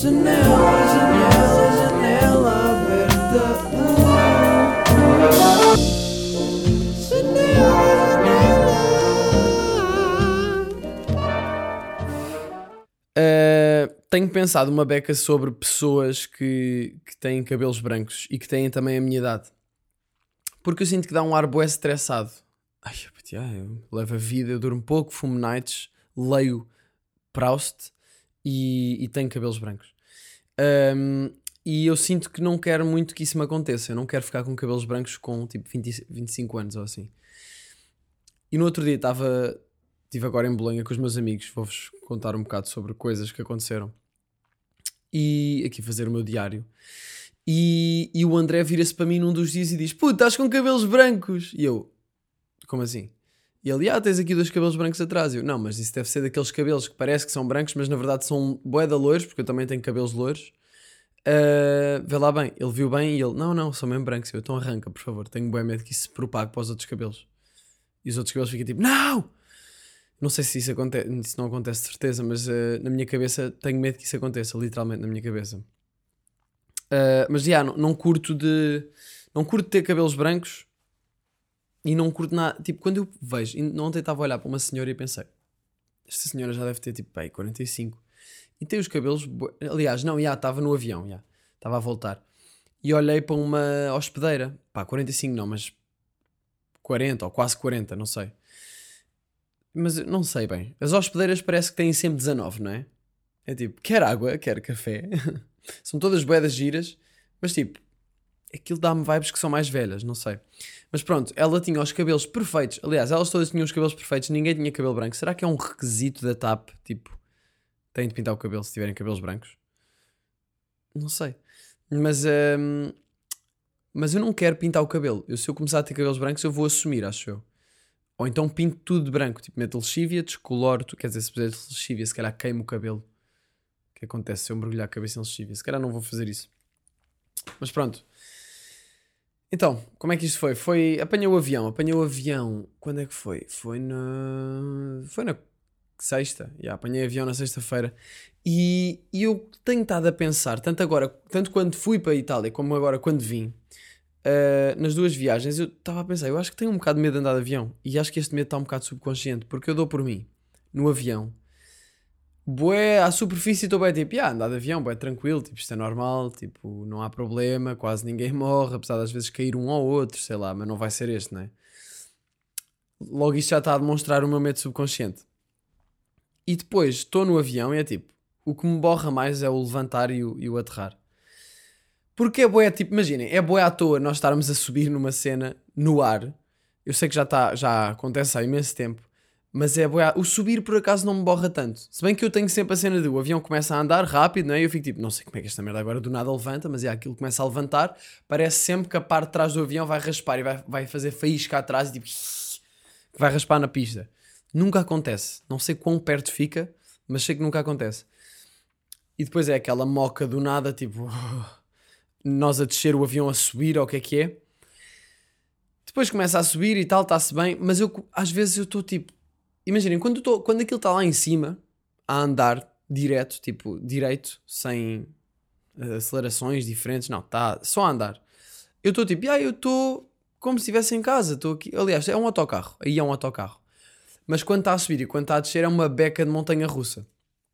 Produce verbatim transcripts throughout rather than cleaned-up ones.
Janela, janela, janela aberta. Uh, tenho pensado uma beca sobre pessoas que, que têm cabelos brancos e que têm também a minha idade. Porque eu sinto que dá um ar bué estressado. Ai, eu levo a vida, eu durmo pouco, fumo nights, leio Proust e, e tenho cabelos brancos. Um, e eu sinto que não quero muito que isso me aconteça. Eu não quero ficar com cabelos brancos com tipo vinte, vinte e cinco anos ou assim. E no outro dia estava... Estive agora em Bolonha com os meus amigos. Vou-vos contar um bocado sobre coisas que aconteceram. E aqui fazer o meu diário. E, e o André vira-se para mim num dos dias e diz: Puta, estás com cabelos brancos. E eu: Como assim? E ele: Ah, tens aqui dois cabelos brancos atrás. E eu: Não, mas isso deve ser daqueles cabelos que parece que são brancos, mas na verdade são bué de loiros, porque eu também tenho cabelos loiros. Uh, vê lá bem. Ele viu bem e ele: Não, não, são mesmo brancos. Eu: Então arranca, por favor. Tenho bué medo que isso se propague para os outros cabelos. E os outros cabelos ficam tipo: Não! Não sei se isso, acontece, isso não acontece de certeza, mas uh, na minha cabeça tenho medo que isso aconteça, literalmente na minha cabeça. Uh, mas já, yeah, não, não curto de... Não curto de ter cabelos brancos e não curto nada... Tipo, quando eu vejo... Ontem estava a olhar para uma senhora e pensei: Esta senhora já deve ter tipo, bem, quarenta e cinco. E tem os cabelos... Aliás, não, já, yeah, estava no avião, já. Yeah, estava a voltar. E olhei para uma hospedeira. Pá, quarenta e cinco não, mas... quarenta ou quase quarenta, não sei. Mas não sei bem. As hospedeiras parece que têm sempre dezanove, não é? É tipo, quer água, quer café. São todas buedas giras. Mas tipo, aquilo dá-me vibes que são mais velhas, não sei. Mas pronto, ela tinha os cabelos perfeitos. Aliás, elas todas tinham os cabelos perfeitos. Ninguém tinha cabelo branco. Será que é um requisito da T A P? Tipo, têm de pintar o cabelo se tiverem cabelos brancos? Não sei. Mas, hum, mas eu não quero pintar o cabelo. Eu, se eu começar a ter cabelos brancos, eu vou assumir, acho eu. Ou então pinto tudo de branco, tipo meto lexívia, descoloro, quer dizer, se puser lexívia, se calhar queimo o cabelo. O que acontece se eu mergulhar a cabeça em lexívia? Se calhar não vou fazer isso. Mas pronto. Então, como é que isto foi? Foi, apanhei o avião, apanhei o avião, quando é que foi? Foi na... Foi na sexta, yeah, apanhei avião na sexta-feira. E, e eu tenho estado a pensar, tanto agora, tanto quando fui para a Itália, como agora quando vim, Uh, nas duas viagens, eu estava a pensar, eu acho que tenho um bocado de medo de andar de avião e acho que este medo está um bocado subconsciente, porque eu dou por mim no avião, bué à superfície, estou bem tipo, ah, andar de avião, bué tranquilo, tipo, isto é normal, tipo, não há problema, quase ninguém morre, apesar de às vezes cair um ou outro, sei lá, mas não vai ser este, não é? Logo isto já está a demonstrar o meu medo subconsciente. E depois estou no avião e é tipo, o que me borra mais é o levantar e o, e o aterrar. Porque é bué, tipo, imaginem, é bué à toa nós estarmos a subir numa cena no ar. Eu sei que já, tá, já acontece há imenso tempo, mas é bué, o subir por acaso não me borra tanto. Se bem que eu tenho sempre a cena de o avião começa a andar rápido, não é? E eu fico tipo, não sei como é que esta merda agora do nada levanta, mas é aquilo que começa a levantar, parece sempre que a parte de trás do avião vai raspar e vai, vai fazer faísca atrás e tipo, que vai raspar na pista. Nunca acontece. Não sei quão perto fica, mas sei que nunca acontece. E depois é aquela moca do nada, tipo... nós a descer, o avião a subir, ou o que é que é. Depois começa a subir e tal, está-se bem, mas eu às vezes eu estou tipo... Imaginem, quando, tô, quando aquilo está lá em cima, a andar direto, tipo, direito, sem acelerações diferentes, não, está só a andar. Eu estou tipo, ah, eu estou como se estivesse em casa, estou aqui. Aliás, é um autocarro, aí é um autocarro. Mas quando está a subir e quando está a descer é uma beca de montanha-russa.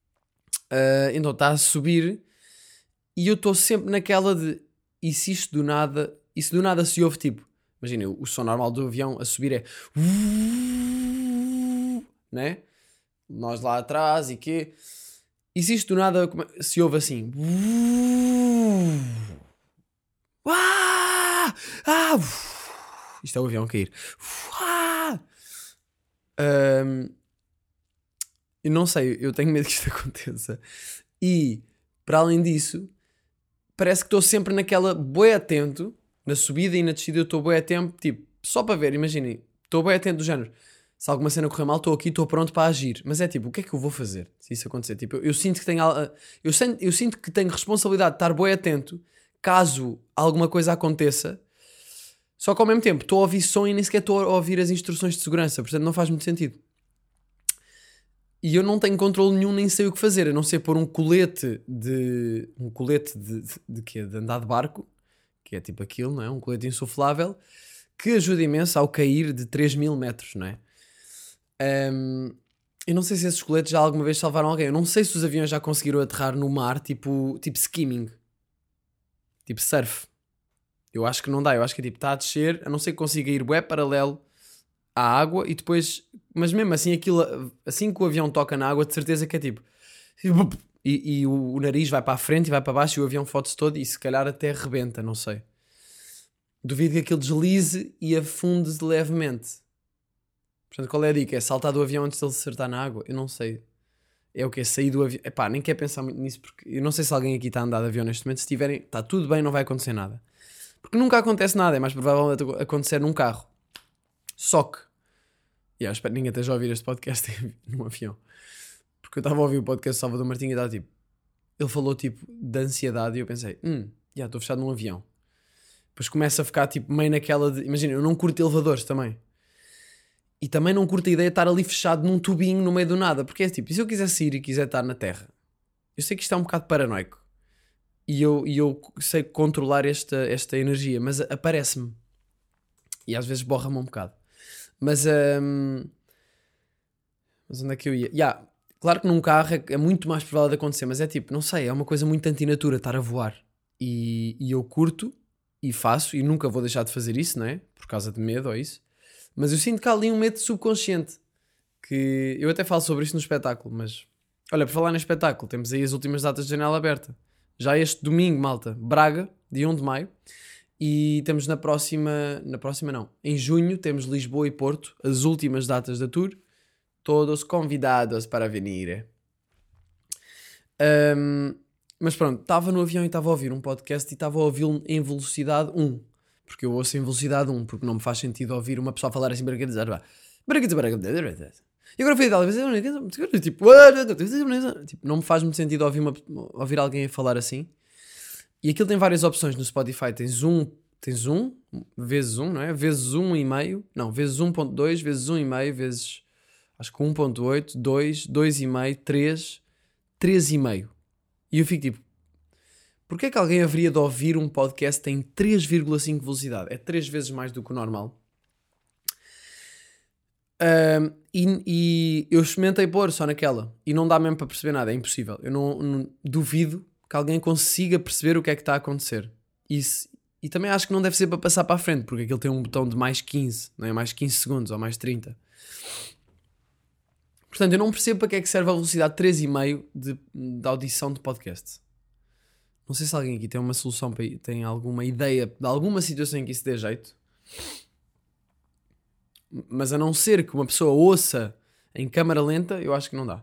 Uh, então está a subir... E eu estou sempre naquela de... E se isto do nada... E se do nada se ouve tipo... Imaginem, o, o som normal do avião a subir é... Né? Nós lá atrás e quê? E se isto do nada se ouve assim... Ah! Ah! Isto é o avião a cair. Um, eu não sei, eu tenho medo que isto aconteça. E, para além disso... Parece que estou sempre naquela bué atento, na subida e na descida eu estou bué atento, tipo, só para ver, imaginem, estou bué atento do género, se alguma cena correr mal, estou aqui, estou pronto para agir, mas é tipo, o que é que eu vou fazer se isso acontecer? Tipo, eu, eu sinto que tenho, eu, sinto, eu sinto que tenho responsabilidade de estar bué atento, caso alguma coisa aconteça, só que ao mesmo tempo estou a ouvir som e nem sequer estou a ouvir as instruções de segurança, portanto não faz muito sentido. E eu não tenho controle nenhum, nem sei o que fazer. Eu não sei pôr um colete de... Um colete de, de, de quê? De andar de barco, que é tipo aquilo, não é? Um colete insuflável, que ajuda imenso ao cair de três mil metros, não é? Um, eu não sei se esses coletes já alguma vez salvaram alguém. Eu não sei se os aviões já conseguiram aterrar no mar, tipo, tipo skimming. Tipo surf. Eu acho que não dá. Eu acho que é tipo, está a descer, a não ser que consiga ir bué paralelo à água e depois... Mas mesmo assim, aquilo, assim que o avião toca na água, de certeza que é tipo... E, e o, o nariz vai para a frente e vai para baixo e o avião fode-se todo e se calhar até rebenta, não sei. Duvido que aquilo deslize e afunde levemente. Portanto, qual é a dica? É saltar do avião antes de ele acertar na água? Eu não sei. É o quê? Sair do avião? Epá, nem quero pensar muito nisso porque eu não sei se alguém aqui está a andar de avião neste momento. Se tiverem, está tudo bem, não vai acontecer nada. Porque nunca acontece nada, é mais provável acontecer num carro. Só que... Yeah, espero que ninguém esteja a ouvir este podcast num avião. Porque eu estava a ouvir o podcast do Salvador Martinho e estava tipo... Ele falou tipo de ansiedade e eu pensei... Hum, já estou fechado num avião. Depois começa a ficar tipo meio naquela de... Imagina, eu não curto elevadores também. E também não curto a ideia de estar ali fechado num tubinho no meio do nada. Porque é tipo, e se eu quiser sair e quiser estar na terra? Eu sei que isto é um bocado paranoico. E eu, e eu sei controlar esta, esta energia. Mas aparece-me. E às vezes borra-me um bocado. Mas... Um, mas onde é que eu ia? Yeah, claro que num carro é, é muito mais provável de acontecer. Mas é tipo, não sei, é uma coisa muito antinatura estar a voar. E, e eu curto e faço. E nunca vou deixar de fazer isso, não é? Por causa de medo ou isso. Mas eu sinto que há ali um medo subconsciente. Que eu até falo sobre isto no espetáculo. Mas olha, por falar no espetáculo, temos aí as últimas datas de janela aberta. Já este domingo, malta, Braga, dia um de maio. E temos na próxima... Na próxima não. Em junho temos Lisboa e Porto. As últimas datas da tour. Todos convidados para venir. Um, mas pronto, estava no avião e estava a ouvir um podcast e estava a ouvi-lo em velocidade um. Porque eu ouço em velocidade um, porque não me faz sentido ouvir uma pessoa falar assim, e agora foi a tipo, tipo, não me faz muito sentido ouvir, uma, ouvir alguém a falar assim. E aquilo tem várias opções no Spotify. Tens um, tens um, vezes um, não é? Vezes um e meio, não, vezes um ponto dois, vezes um e meio, vezes, acho que um ponto oito, dois, dois e meio, três, três e meio. E eu fico tipo, porquê é que alguém haveria de ouvir um podcast em três vírgula cinco velocidade? É três vezes mais do que o normal. Um, e, e eu experimentei pôr só naquela. E não dá mesmo para perceber nada, é impossível. Eu não, não duvido que alguém consiga perceber o que é que está a acontecer. Isso, e também acho que não deve ser para passar para a frente, porque aquilo tem um botão de mais quinze, não é? Mais quinze segundos ou mais trinta. Portanto, eu não percebo para que é que serve a velocidade três vírgula cinco de, de audição de podcast. Não sei se alguém aqui tem uma solução, para, tem alguma ideia de alguma situação em que isso dê jeito. Mas a não ser que uma pessoa ouça em câmara lenta, eu acho que não dá.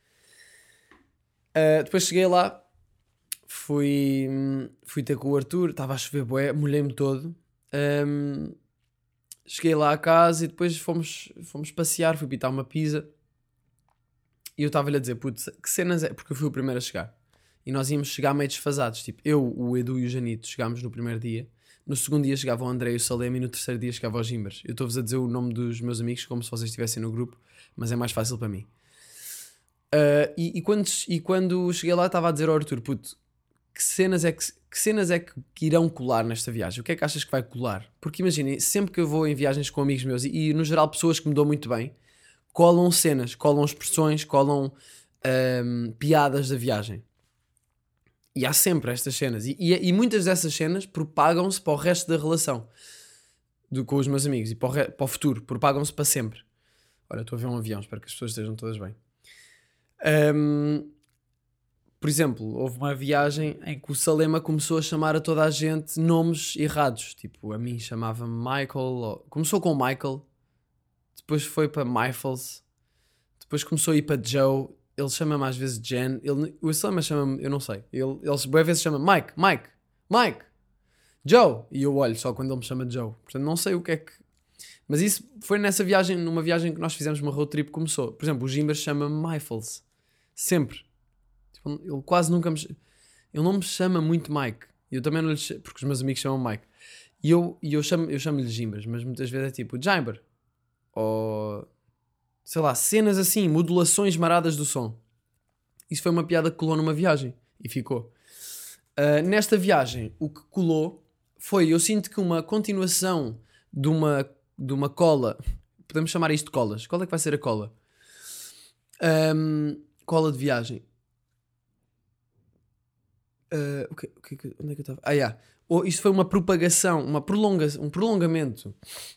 Uh, depois cheguei lá, fui, fui ter com o Arthur, estava a chover bué, molhei-me todo. Um, cheguei lá a casa e depois fomos, fomos passear, fui pitar uma pizza. E eu estava-lhe a dizer, putz, que cenas é? Porque eu fui o primeiro a chegar. E nós íamos chegar meio desfasados. Tipo, eu, o Edu e o Janito chegámos no primeiro dia. No segundo dia chegava o André e o Salema e no terceiro dia chegava o Gimbers. Eu estou-vos a dizer o nome dos meus amigos como se vocês estivessem no grupo, mas é mais fácil para mim. Uh, e, e, quando, e quando cheguei lá estava a dizer ao Arthur, puto, que cenas é que, que cenas é que, que irão colar nesta viagem? O que é que achas que vai colar? Porque imaginem, sempre que eu vou em viagens com amigos meus e, e no geral pessoas que me dão muito bem, colam cenas, colam expressões, colam um, piadas da viagem. E há sempre estas cenas. E, e, e muitas dessas cenas propagam-se para o resto da relação do, com os meus amigos e para o, re, para o futuro. Propagam-se para sempre. Olha, estou a ver um avião. Espero que as pessoas estejam todas bem. Um, por exemplo, houve uma viagem em que o Salema começou a chamar a toda a gente nomes errados. Tipo, a mim chamava-me Michael. Ou, começou com Michael. Depois foi para Michaels. Depois começou a ir para Joe. Ele chama-me às vezes Jen. Ele, o Salema chama-me, eu não sei. Ele, ele às vezes chama Mike, Mike, Mike, Joe. E eu olho só quando ele me chama Joe. Portanto, não sei o que é que... Mas isso foi nessa viagem, numa viagem que nós fizemos uma road trip, começou. Por exemplo, o Jimber chama-me Michaels. Sempre. Tipo, ele quase nunca me... Ele não me chama muito Mike. Eu também não lhe chamo, porque os meus amigos chamam Mike. E eu, e eu chamo-lhe eu chamo Jimbers, mas muitas vezes é tipo Jimber. Ou... sei lá, cenas assim, modulações maradas do som. Isso foi uma piada que colou numa viagem e ficou. Uh, nesta viagem, o que colou foi, eu sinto que uma continuação de uma, de uma cola, podemos chamar isto de colas. Qual é que vai ser a cola? Um, cola de viagem. Uh, okay, okay, onde é que eu estava? Ah, yeah. Oh, isto foi uma propagação, uma prolonga, um prolongamento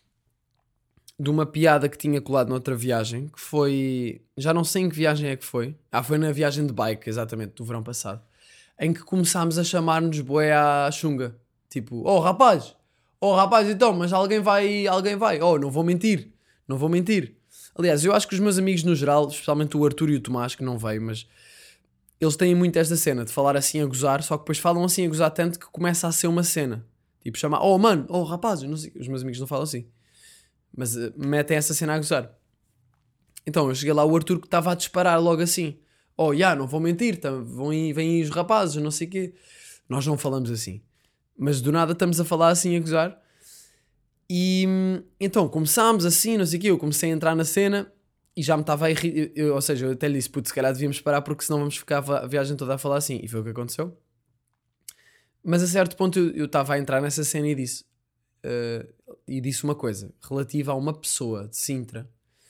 de uma piada que tinha colado noutra viagem, que foi, já não sei em que viagem é que foi. Ah, foi na viagem de bike, exatamente, do verão passado, em que começámos a chamar-nos bué à chunga. Tipo, oh rapaz, oh rapaz, então, mas alguém vai, alguém vai. Oh, não vou mentir, não vou mentir. Aliás, eu acho que os meus amigos no geral, especialmente o Arthur e o Tomás, que não veio, mas eles têm muito esta cena de falar assim a gozar, só que depois falam assim a gozar tanto que começa a ser uma cena. Tipo, chamar, oh mano, oh rapaz, não sei. Os meus amigos não falam assim, mas uh, metem essa cena a gozar. Então eu cheguei lá, o Arthur que estava a disparar logo assim, oh, já, yeah, não vou mentir, tá, vão aí, vêm aí os rapazes, não sei o quê. Nós não falamos assim, mas do nada estamos a falar assim a gozar. E então começámos assim, não sei o quê, eu comecei a entrar na cena e já me estava a irritar, ou seja, eu até lhe disse, putz, se calhar devíamos parar porque senão vamos ficar a viagem toda a falar assim, e foi o que aconteceu. Mas a certo ponto eu estava a entrar nessa cena e disse, uh, e disse uma coisa, relativa a uma pessoa de Sintra,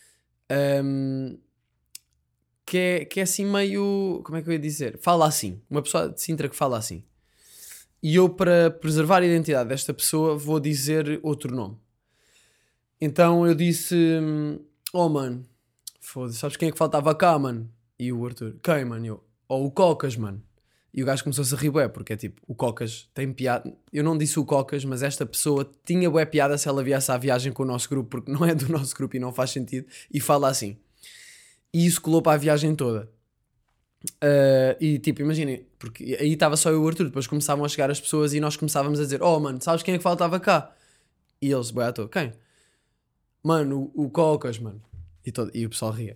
um, que, é, que é assim meio, como é que eu ia dizer? Fala assim, uma pessoa de Sintra que fala assim. E eu, para preservar a identidade desta pessoa, vou dizer outro nome. Então eu disse, oh mano, foda-se, sabes quem é que faltava cá, mano? E o Arthur, quem, mano? Eu, oh, o Cocas, mano. E o gajo começou-se a rir bué, porque é tipo, o Cocas tem piada. Eu não disse o Cocas, mas esta pessoa tinha bué piada se ela viesse à viagem com o nosso grupo, porque não é do nosso grupo e não faz sentido, e fala assim. E isso colou para a viagem toda. Uh, e tipo, imaginem, porque aí estava só eu e o Arthur, depois começavam a chegar as pessoas e nós começávamos a dizer, oh mano, sabes quem é que faltava cá? E eles, bué à toa, quem? Mano, o, o Cocas, mano. E, todo, e o pessoal ria.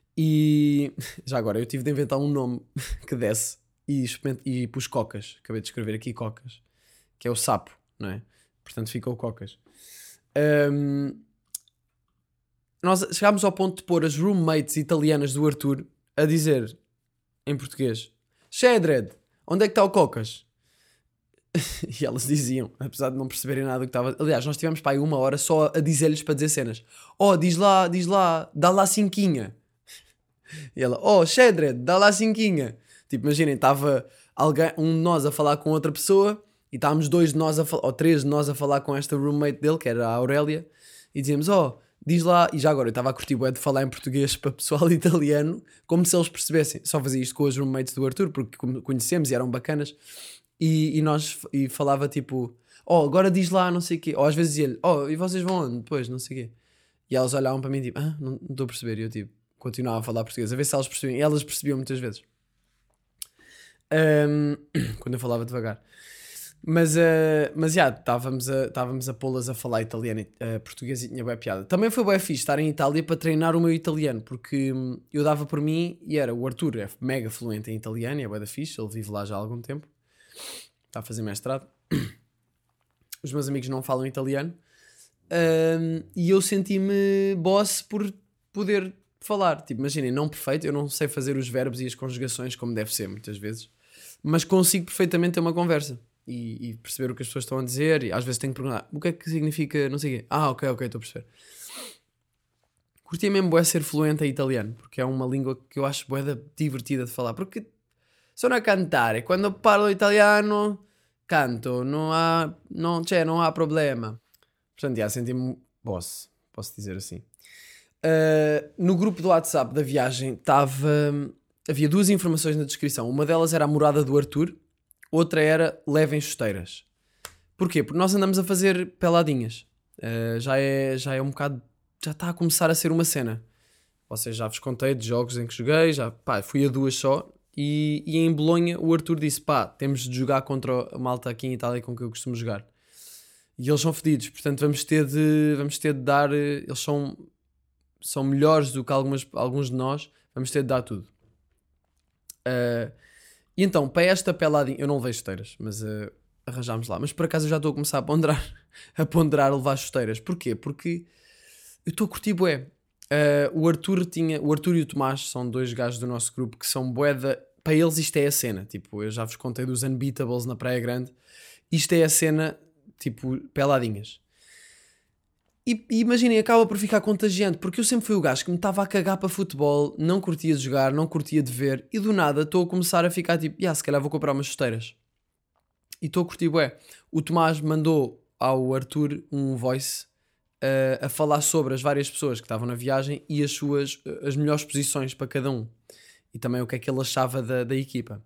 E já agora, eu tive de inventar um nome que desse e, e pus Cocas, acabei de escrever aqui Cocas, que é o sapo, não é? Portanto ficou Cocas. Um, nós chegámos ao ponto de pôr as roommates italianas do Arthur a dizer em português, Shedred, onde é que está o Cocas? E elas diziam, apesar de não perceberem nada do que estava. Aliás, nós tivemos para aí uma hora só a dizer-lhes para dizer cenas. Oh, diz lá, diz lá, dá lá cinquinha. E ela, oh, Shedred, dá lá cinquinha. Tipo, imaginem, estava alguém, um de nós a falar com outra pessoa e estávamos dois de nós, a fal- ou três de nós a falar com esta roommate dele, que era a Aurélia, e dizíamos, oh, diz lá, e já agora eu estava a curtir bué de falar em português para pessoal italiano, como se eles percebessem. Só fazia isto com os roommates do Arthur, porque conhecemos e eram bacanas. E, e nós e falava tipo, oh, agora diz lá, não sei o quê. Ou às vezes dizia-lhe, oh, e vocês vão onde depois, não sei o quê. E elas olhavam para mim tipo, ah, não estou a perceber. E eu tipo, continuava a falar português, a ver se elas percebiam. E elas percebiam muitas vezes. Um, quando eu falava devagar. Mas, uh, mas já, estávamos a, estávamos a pô-las a falar italiano, uh, português, e tinha boa piada. Também foi bem fixe estar em Itália para treinar o meu italiano, porque hum, eu dava por mim e era, o Arthur é mega fluente em italiano e é bué da fixe, ele vive lá já há algum tempo, está a fazer mestrado. Os meus amigos não falam italiano, um, e eu senti-me boss por poder falar. Tipo, imaginem, não perfeito, eu não sei fazer os verbos e as conjugações como deve ser muitas vezes, mas consigo perfeitamente ter uma conversa. E, e perceber o que as pessoas estão a dizer, e às vezes tenho que perguntar o que é que significa, não sei o quê. Ah, ok, ok, estou a perceber. Curtia mesmo bué ser fluente em italiano, porque é uma língua que eu acho bué divertida de falar, porque sono a cantare, quando parlo italiano canto, não há, não, cioè, não há problema. Portanto, já senti-me boss, posso dizer assim. Uh, no grupo do WhatsApp da viagem estava, havia duas informações na descrição, uma delas era a morada do Arthur, outra era levem chuteiras. Porquê? Porque nós andamos a fazer peladinhas. Uh, já, é, já é um bocado... Já está a começar a ser uma cena. Vocês já vos contei de jogos em que joguei. Já, pá, fui a duas só. E, e em Bolonha o Arthur disse, pá, temos de jogar contra a malta aqui em Itália com que eu costumo jogar. E eles são fedidos. Portanto, vamos ter de, vamos ter de dar... Eles são, são melhores do que algumas, alguns de nós. Vamos ter de dar tudo. Uh, E então, para esta peladinha, eu não levei chuteiras, mas uh, arranjámos lá. Mas por acaso eu já estou a começar a ponderar, a ponderar levar chuteiras. Porquê? Porque eu estou a curtir bué. Uh, o Arthur tinha... O Arthur e o Tomás são dois gajos do nosso grupo que são bué. Para eles isto é a cena. Tipo, eu já vos contei dos Unbeatables na Praia Grande. Isto é a cena, tipo, peladinhas. E, e imaginem, acaba por ficar contagiante, porque eu sempre fui o gajo que me estava a cagar para futebol, não curtia de jogar, não curtia de ver, e do nada estou a começar a ficar tipo, yeah, se calhar vou comprar umas chuteiras. E estou a curtir, bué. O Tomás mandou ao Arthur um voice uh, a falar sobre as várias pessoas que estavam na viagem e as suas, as melhores posições para cada um. E também o que é que ele achava da, da equipa.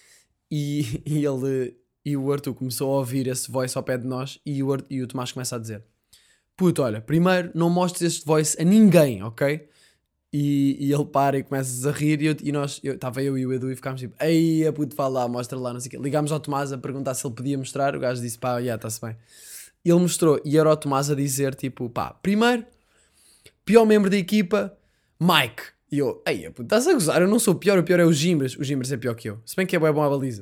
E, e ele... E o Arthur começou a ouvir esse voice ao pé de nós e o, e o Tomás começa a dizer: puto, olha, primeiro não mostres este voice a ninguém, ok? E, e ele para e começa a rir e, eu, e nós, estava eu, eu e o Edu e ficámos tipo, ei, puto, fala lá, mostra lá, não sei o quê. Ligámos ao Tomás a perguntar se ele podia mostrar, o gajo disse, pá, já, yeah, está-se bem. E ele mostrou e era o Tomás a dizer, tipo, pá, primeiro, pior membro da equipa, Mike. E eu, ei, puto, estás a gozar, eu não sou o pior, o pior é o Gimbras, o Gimbras é pior que eu, se bem que é bom, é bom a baliza.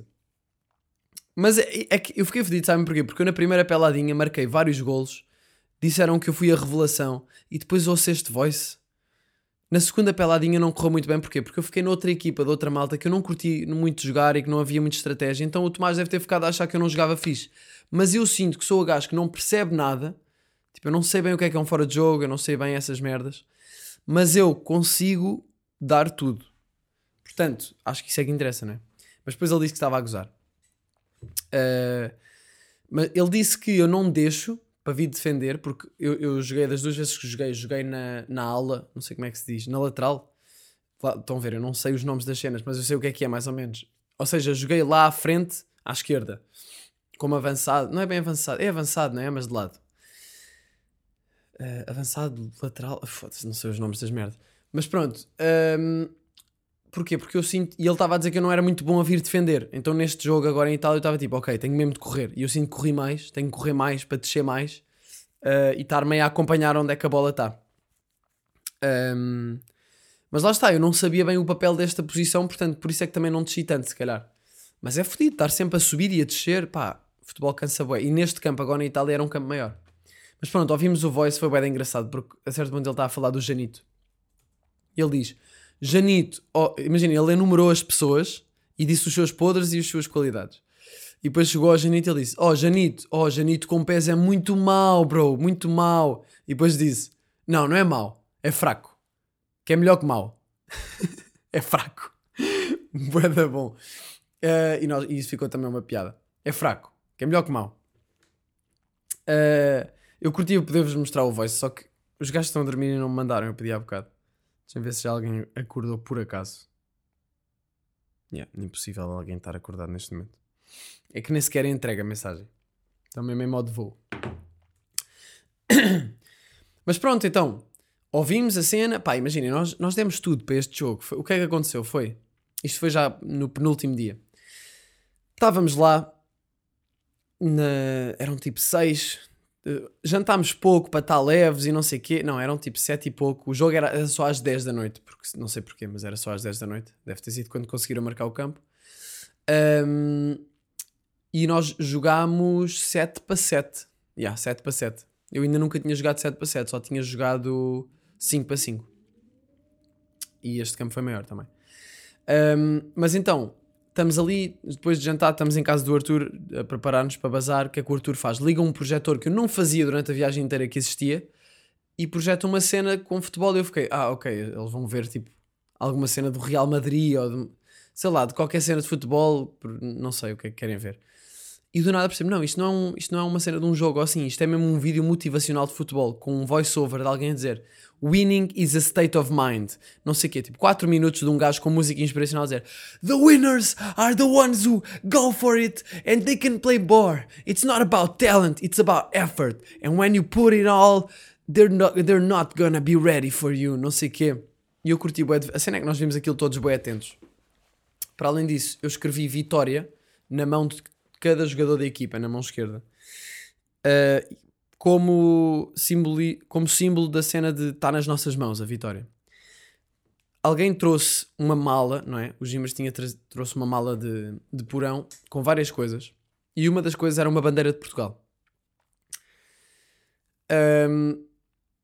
Mas é, é que eu fiquei fedido, sabem porquê? Porque eu na primeira peladinha marquei vários golos, disseram que eu fui a revelação e depois ouço este voice. Na segunda peladinha não correu muito bem, porquê? Porque eu fiquei noutra equipa de outra malta que eu não curti muito jogar e que não havia muita estratégia, então o Tomás deve ter ficado a achar que eu não jogava fixe. Mas eu sinto que sou o gajo que não percebe nada, tipo, eu não sei bem o que é que é um fora de jogo, eu não sei bem essas merdas, mas eu consigo dar tudo. Portanto, acho que isso é que interessa, não é? Mas depois ele disse que estava a gozar. Uh, mas ele disse que eu não deixo para vir defender, porque eu, eu joguei, das duas vezes que joguei, joguei na, na ala, não sei como é que se diz, na lateral. Lá, estão a ver, eu não sei os nomes das cenas, mas eu sei o que é que é, mais ou menos. Ou seja, joguei lá à frente, à esquerda, como avançado. Não é bem avançado, é avançado, não é? Mas de lado. Uh, avançado, lateral, foda-se, não sei os nomes das merdas. Mas pronto. Um, Porquê? Porque eu sinto... E ele estava a dizer que eu não era muito bom a vir defender. Então neste jogo agora em Itália eu estava tipo, ok, tenho mesmo de correr. E eu sinto que corri mais, tenho que correr mais para descer mais uh, e estar meio a acompanhar onde é que a bola está. Um, mas lá está, eu não sabia bem o papel desta posição, portanto por isso é que também não desci tanto, se calhar. Mas é fodido, estar sempre a subir e a descer, pá, futebol cansa bué. E neste campo agora em Itália era um campo maior. Mas pronto, ouvimos o voice, foi bué engraçado, porque a certo ponto ele está a falar do Janito. Ele diz... Janito, oh, imagina, ele enumerou as pessoas e disse os seus podres e as suas qualidades. E depois chegou ao Janito e ele disse: Oh, Janito, oh, Janito com pés é muito mau, bro, muito mau. E depois disse: Não, não é mau, é fraco. Que é melhor que mau. É fraco. Bué da bom. Uh, e, nós, e isso ficou também uma piada. É fraco, que é melhor que mau. Uh, eu curtia poder-vos mostrar o voice, só que os gajos estão a dormir e não me mandaram, eu pedi há bocado. Deixa eu ver se já alguém acordou por acaso. Yeah, impossível alguém estar acordado neste momento. É que nem sequer entrega a mensagem. Estão mesmo em modo voo. Mas pronto, então. Ouvimos a cena. Pá, imaginem, nós, nós demos tudo para este jogo. Foi, o que é que aconteceu? Foi... Isto foi já no penúltimo dia. Estávamos lá. Na, eram tipo seis... jantámos pouco para estar leves e não sei o quê. Não, eram tipo sete e pouco. O jogo era só às dez da noite. Porque, não sei porquê, mas era só às dez da noite. Deve ter sido quando conseguiram marcar o campo. Um, e nós jogámos sete para sete. Já, yeah, sete para sete. Eu ainda nunca tinha jogado sete para sete. Só tinha jogado cinco para cinco. E este campo foi maior também. Um, mas então... Estamos ali, depois de jantar, estamos em casa do Arthur a preparar-nos para bazar. O que é que o Arthur faz? Liga um projetor que eu não fazia durante a viagem inteira que existia e projeta uma cena com futebol e eu fiquei, ah, ok, eles vão ver tipo alguma cena do Real Madrid ou de, sei lá, de qualquer cena de futebol, não sei o que é que querem ver. E do nada percebo, não, isto não, é um, isto não é uma cena de um jogo ou assim, isto é mesmo um vídeo motivacional de futebol com um voice-over de alguém a dizer winning is a state of mind, não sei o quê, tipo quatro minutos de um gajo com música inspiracional a dizer the winners are the ones who go for it and they can play ball, it's not about talent, it's about effort, and when you put it all they're not, they're not gonna be ready for you, não sei o quê. E eu curti bué, a cena é que nós vimos aquilo todos bué atentos. Para além disso, eu escrevi vitória na mão de cada jogador da equipa, na mão esquerda, uh, como, simboli- como símbolo da cena de estar nas nossas mãos, a vitória. Alguém trouxe uma mala, não é? O Gimas tinha tra- trouxe uma mala de, de porão com várias coisas e uma das coisas era uma bandeira de Portugal. Um,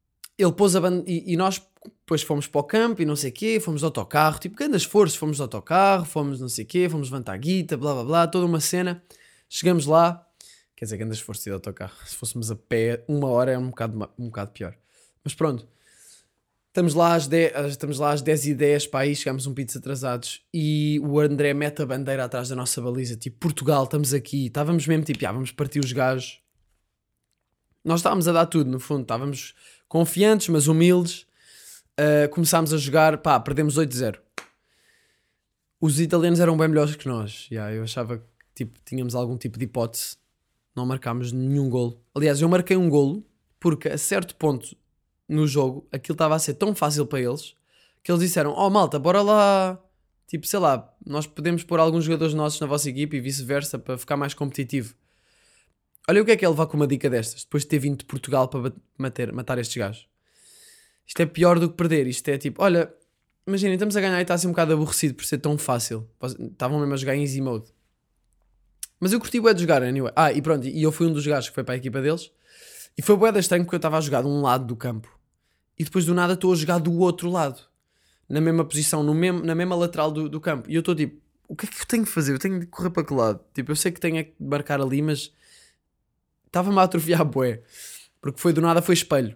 ele pôs a banda e, e nós depois fomos para o campo e não sei o quê, fomos de autocarro, tipo, grande esforço, fomos de autocarro, fomos não sei o quê, fomos levantar a guita, blá blá blá, toda uma cena. Chegamos lá, quer dizer, grande esforço de ir de autocarro. Se fôssemos a pé, uma hora é um bocado, um bocado pior. Mas pronto, estamos lá às dez, estamos lá às dez e dez, para aí chegamos um pizza atrasados e o André mete a bandeira atrás da nossa baliza, tipo, Portugal, estamos aqui, estávamos mesmo tipo, ah, vamos partir os gajos. Nós estávamos a dar tudo, no fundo, estávamos confiantes, mas humildes. Uh, começámos a jogar, pá, perdemos oito a zero. Os italianos eram bem melhores que nós. Yeah, eu achava que tipo, tínhamos algum tipo de hipótese. Não marcámos nenhum golo. Aliás, eu marquei um golo porque a certo ponto no jogo aquilo estava a ser tão fácil para eles que eles disseram: oh malta, bora lá. Tipo, sei lá, nós podemos pôr alguns jogadores nossos na vossa equipe e vice-versa para ficar mais competitivo. Olha o que é que é levar com uma dica destas depois de ter vindo de Portugal para matar, matar estes gajos. Isto é pior do que perder. Isto é tipo, olha, imaginem, estamos a ganhar e está assim um bocado aborrecido por ser tão fácil. Estavam mesmo a jogar em easy mode. Mas eu curti bué de jogar, anyway. Ah, e pronto, e eu fui um dos gajos que foi para a equipa deles. E foi bué da estranho porque eu estava a jogar de um lado do campo. E depois do nada estou a jogar do outro lado. Na mesma posição, no mesmo, na mesma lateral do, do campo. E eu estou tipo, o que é que eu tenho que fazer? Eu tenho de correr para que lado? Tipo, eu sei que tenho é que marcar ali, mas estava-me a atrofiar bué. Porque foi do nada, foi espelho.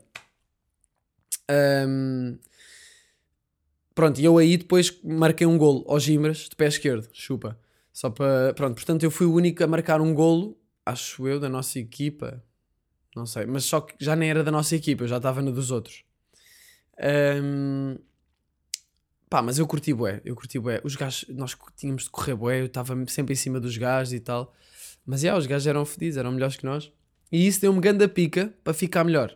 Um, pronto, e eu aí depois marquei um golo aos Gimbras de pé esquerdo, chupa, só para, pronto, portanto eu fui o único a marcar um golo, acho eu, da nossa equipa, não sei, mas só que já nem era da nossa equipa, eu já estava na dos outros. Um, pá, mas eu curti bué, eu curti bué, os gajos, nós tínhamos de correr bué, eu estava sempre em cima dos gajos e tal, mas já, yeah, os gajos eram fedidos, eram melhores que nós, e isso deu-me grande pica para ficar melhor.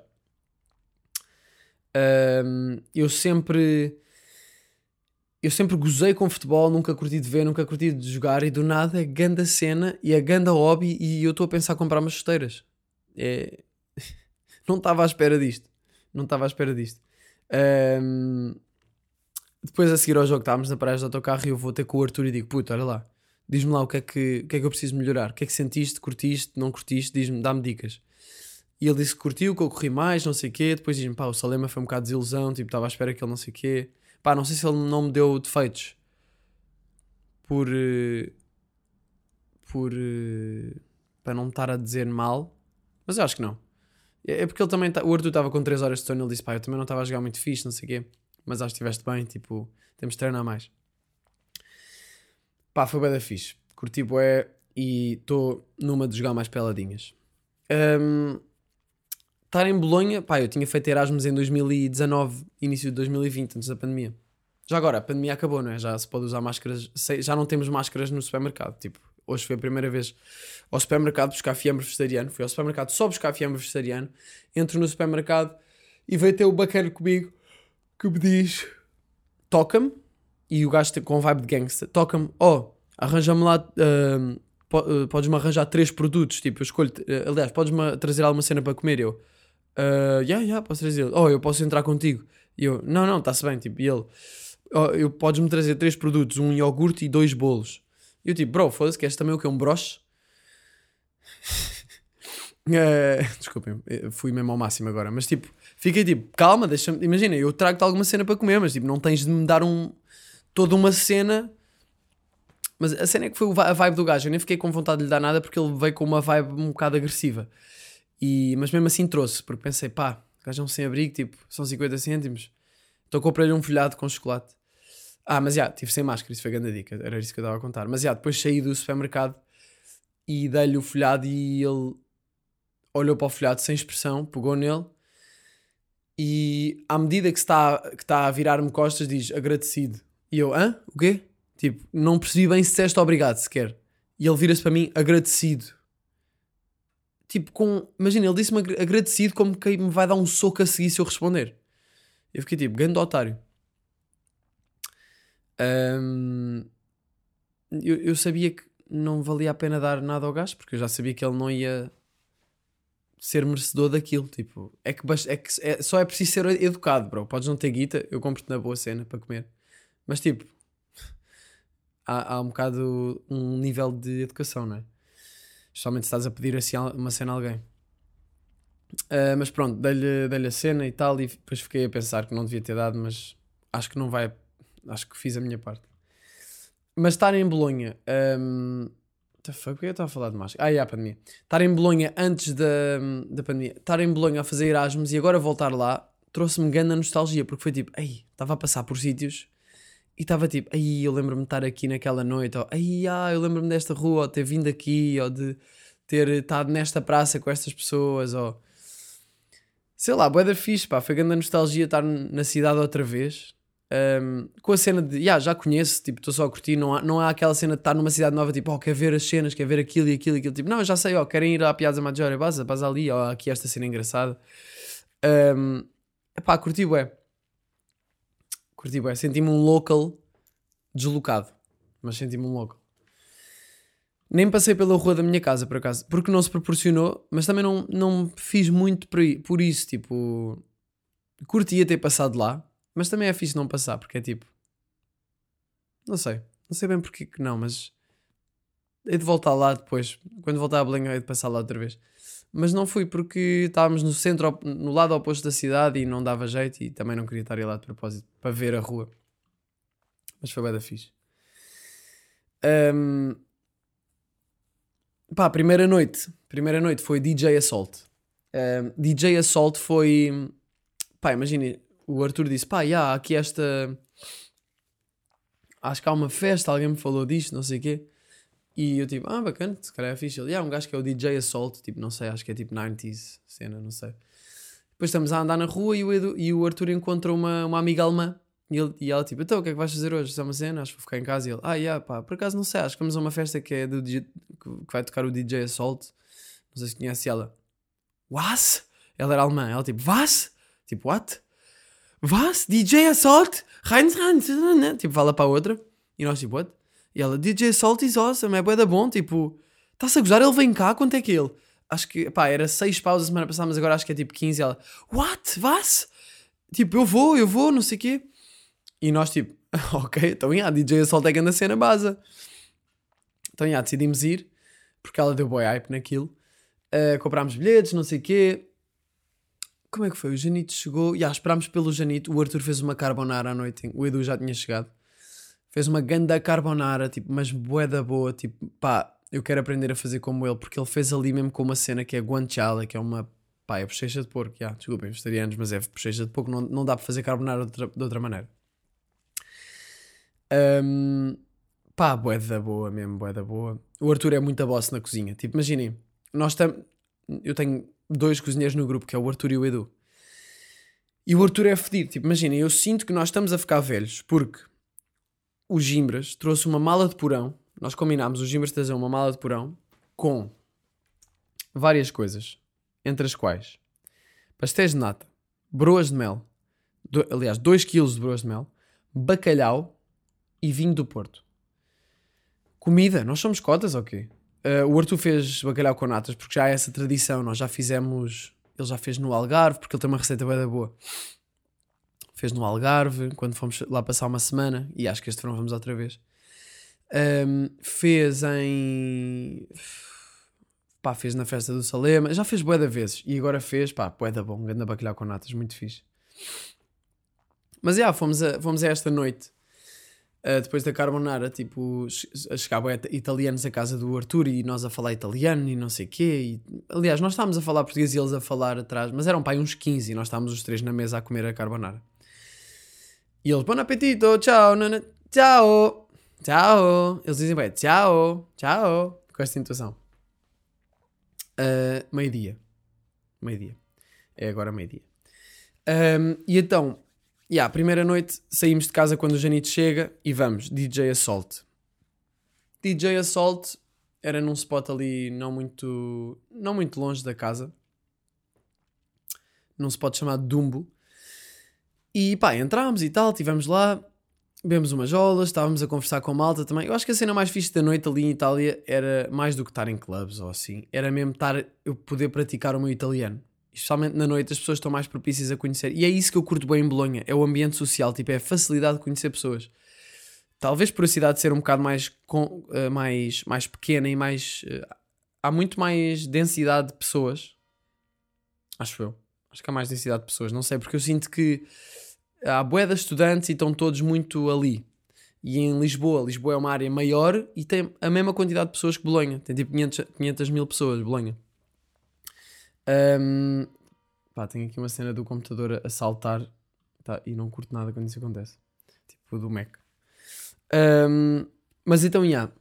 Um, eu sempre eu sempre gozei com futebol, nunca curti de ver, nunca curti de jogar, e do nada é ganda cena e é ganda hobby e eu estou a pensar em comprar umas chuteiras. É... não estava à espera disto, não estava à espera disto. Um, depois a seguir ao jogo estávamos na paragem do autocarro e eu vou ter com o Arthur e digo: puto, olha lá, diz-me lá o que é que, o que é que eu preciso melhorar, o que é que sentiste, curtiste, não curtiste, diz-me, dá-me dicas. E ele disse que curtiu, que eu corri mais, não sei o quê. Depois diz-me, pá, o Salema foi um bocado de desilusão, tipo, estava à espera que ele não sei o quê. Pá, não sei se ele não me deu defeitos por... Uh, por... Uh, para não me estar a dizer mal. Mas eu acho que não. É, é porque ele também... Tá, o Arthur estava com três horas de sono e ele disse, pá, eu também não estava a jogar muito fixe, não sei o quê. Mas acho que estiveste bem, tipo, temos de treinar mais. Pá, foi bué da fixe. Curti bué e estou numa de jogar mais peladinhas. Um, estar em Bolonha, pá, eu tinha feito Erasmus em dois mil e dezanove, início de dois mil e vinte, antes da pandemia. Já agora, a pandemia acabou, não é? Já se pode usar máscaras, já não temos máscaras no supermercado. Tipo, hoje foi a primeira vez ao supermercado buscar fiambre vegetariano. Fui ao supermercado só buscar fiambre vegetariano. Entro no supermercado e veio ter o bacana comigo que me diz: toca-me, e o gajo com vibe de gangsta, toca-me, oh, arranja-me lá, uh, uh, podes-me arranjar três produtos, tipo, eu escolho, uh, aliás, podes-me trazer alguma cena para comer, eu, uh, yeah, yeah, posso trazer, oh, eu posso entrar contigo, e eu, não, não, está-se bem, tipo, e ele, oh, eu, podes-me trazer três produtos, um iogurte e dois bolos, e eu tipo, bro, foda-se, queres também o que é um broche? uh, desculpem, fui mesmo ao máximo agora, mas tipo, fiquei tipo, calma, deixa-me, imagina, eu trago-te alguma cena para comer, mas tipo, não tens de me dar um, toda uma cena. Mas a cena é que foi a vibe do gajo, eu nem fiquei com vontade de lhe dar nada porque ele veio com uma vibe um bocado agressiva. E, mas mesmo assim trouxe, porque pensei, pá, o gajo é um sem-abrigo, tipo, são cinquenta cêntimos. Então comprei-lhe um folhado com chocolate. Ah, mas já, tive sem máscara, isso foi grande dica, era isso que eu estava a contar. Mas já, depois saí do supermercado e dei-lhe o folhado e ele olhou para o folhado sem expressão, pegou nele e à medida que está, que está a virar-me costas diz agradecido. E eu, hã? O quê? Tipo, não percebi bem se disseste obrigado sequer. E ele vira-se para mim agradecido. Tipo, com... imagina, ele disse-me agradecido como que me vai dar um soco a seguir se eu responder. Eu fiquei tipo, grande otário. Um... Eu, eu sabia que não valia a pena dar nada ao gajo, porque eu já sabia que ele não ia ser merecedor daquilo. Tipo, é que, é que é, só é preciso ser educado, bro. Podes não ter guita, eu compro-te na boa cena para comer. Mas tipo... Há, há um bocado um nível de educação, não é? Especialmente se estás a pedir assim uma cena a alguém. Uh, mas pronto, dei-lhe, dei-lhe a cena e tal, e depois fiquei a pensar que não devia ter dado, mas acho que não vai, acho que fiz a minha parte. Mas estar em Bolonha, um, what the fuck, porque eu estava a falar de máscara? Ah, é a pandemia. Estar em Bolonha antes da, da pandemia, estar em Bolonha a fazer Erasmus e agora voltar lá, trouxe-me grande nostalgia, porque foi tipo, ei, estava a passar por sítios e estava tipo, aí eu lembro-me de estar aqui naquela noite, ou aí ah, eu lembro-me desta rua, ou ter vindo aqui, ou de ter estado nesta praça com estas pessoas, ou sei lá, bué da fixe, pá, foi grande nostalgia estar na cidade outra vez. Um, com a cena de, yeah, já conheço, tipo, estou só a curtir, não há, não há aquela cena de estar numa cidade nova, tipo, oh, quer ver as cenas, quer ver aquilo e aquilo e aquilo, tipo, não, eu já sei, ó, oh, querem ir à Piazza Maggiore, basta, basta ali, ó, oh, aqui esta cena engraçada. Um, epá, curti bué. Curti bué, senti-me um local deslocado, mas senti-me um local. Nem passei pela rua da minha casa, por acaso, porque não se proporcionou, mas também não, não fiz muito por, por isso, tipo, curtia ter passado lá, mas também é fixe não passar, porque é tipo, não sei, não sei bem porque que não, mas hei de voltar lá depois, quando voltar a Belém hei de passar lá outra vez. Mas não fui porque estávamos no centro, no lado oposto da cidade e não dava jeito e também não queria estar aí lá de propósito para ver a rua. Mas foi bem da fixe. Um, pá, primeira noite, primeira noite foi D J Assault. Um, D J Assault foi, pá, imagine, o Arthur disse, pá, já, há aqui esta, acho que há uma festa, alguém me falou disto, não sei o quê. E eu tipo, ah, bacana, se calhar é fixe. Ele, ah, um gajo que é o D J Assault, tipo, não sei, acho que é tipo noventa cena, não sei. Depois estamos a andar na rua e o, Edu, e o Arthur encontra uma, uma amiga alemã. E, ele, e ela tipo, então o que é que vais fazer hoje? Isso é uma cena? Acho que vou ficar em casa. E ele, ah, yeah, pá, por acaso não sei, acho que vamos a uma festa que é do que vai tocar o D J Assault. Não sei se conhece ela. Was? Ela era alemã. Ela tipo, was? Tipo, what? Was? D J Assault? Heinz, Heinz, tipo, fala para a outra. E nós tipo, what? E ela, D J Assault is awesome, é bué da bom, tipo, está-se a gozar, ele vem cá, quanto é que ele? Acho que, pá, era seis paus a semana passada, mas agora acho que é tipo quinze. E ela, what? Was? Tipo, eu vou, eu vou, não sei o quê. E nós tipo, ok, então já, D J Assault é grande cena base. Então já, decidimos ir, porque ela deu boy hype naquilo. Uh, comprámos bilhetes, não sei o quê. Como é que foi? O Janito chegou, já, esperámos pelo Janito, o Arthur fez uma carbonara à noite, o Edu já tinha chegado. Fez uma ganda carbonara, tipo, mas bué da boa, tipo, pá, eu quero aprender a fazer como ele, porque ele fez ali mesmo com uma cena que é guanciale, que é uma, pá, é bochecha de porco, já, desculpem, vegetarianos, mas é bochecha de porco, não, não dá para fazer carbonara de outra, de outra maneira. Um, pá, bué da boa mesmo, bué da boa. O Arthur é muito a boss na cozinha, tipo, imaginem, nós estamos, eu tenho dois cozinheiros no grupo, que é o Arthur e o Edu, e o Arthur é fedido, tipo, imaginem, eu sinto que nós estamos a ficar velhos, porque o Gimbras trouxe uma mala de porão. Nós combinámos o Gimbras trazer uma mala de porão com várias coisas, entre as quais pastéis de nata, broas de mel, do, aliás, dois quilos de broas de mel, bacalhau e vinho do Porto. Comida, nós somos cotas ou quê? Uh, o Arthur fez bacalhau com natas porque já há essa tradição, nós já fizemos, ele já fez no Algarve porque ele tem uma receita bem boa. Fez no Algarve, quando fomos lá passar uma semana, e acho que este verão vamos outra vez. Um, fez em... Pá, fez na festa do Salema, já fez bué da vezes, e agora fez, pá, bué da bom, um grande bacalhau com natas, muito fixe. Mas, já, yeah, fomos, a, fomos a esta noite, uh, depois da carbonara, tipo, a chegar bué italianos à casa do Arthur, e nós a falar italiano, e não sei o quê, e, aliás, nós estávamos a falar português e eles a falar atrás, mas eram, pá, uns quinze, e nós estávamos os três na mesa a comer a carbonara. E eles, bom apetito, tchau, nana, tchau, tchau. Eles dizem bem, tchau, tchau, com esta intuação. Uh, meio-dia. Meio-dia. É agora meio-dia. Um, e então, yeah, primeira noite, saímos de casa quando o Janito chega e vamos, D J Assault. D J Assault era num spot ali não muito, não muito longe da casa. Num spot chamado Dumbo. E pá, entrámos e tal, estivemos lá, bebemos umas jolas, estávamos a conversar com a malta também. Eu acho que a cena mais fixe da noite ali em Itália era mais do que estar em clubes ou assim. Era mesmo estar, eu poder praticar o meu italiano. Especialmente na noite as pessoas estão mais propícias a conhecer. E é isso que eu curto bem em Bolonha, é o ambiente social, tipo, é a facilidade de conhecer pessoas. Talvez por a cidade ser um bocado mais, com, uh, mais, mais pequena e mais... Uh, há muito mais densidade de pessoas. Acho eu. Acho que há mais densidade de pessoas. Não sei, porque eu sinto que há bué de estudantes e estão todos muito ali. E em Lisboa, Lisboa é uma área maior e tem a mesma quantidade de pessoas que Bolonha. Tem tipo quinhentas mil pessoas, Bolonha. Um, pá, tenho aqui uma cena do computador a saltar, tá, e não curto nada quando isso acontece. Tipo do Mac. Um, mas então, já. Yeah.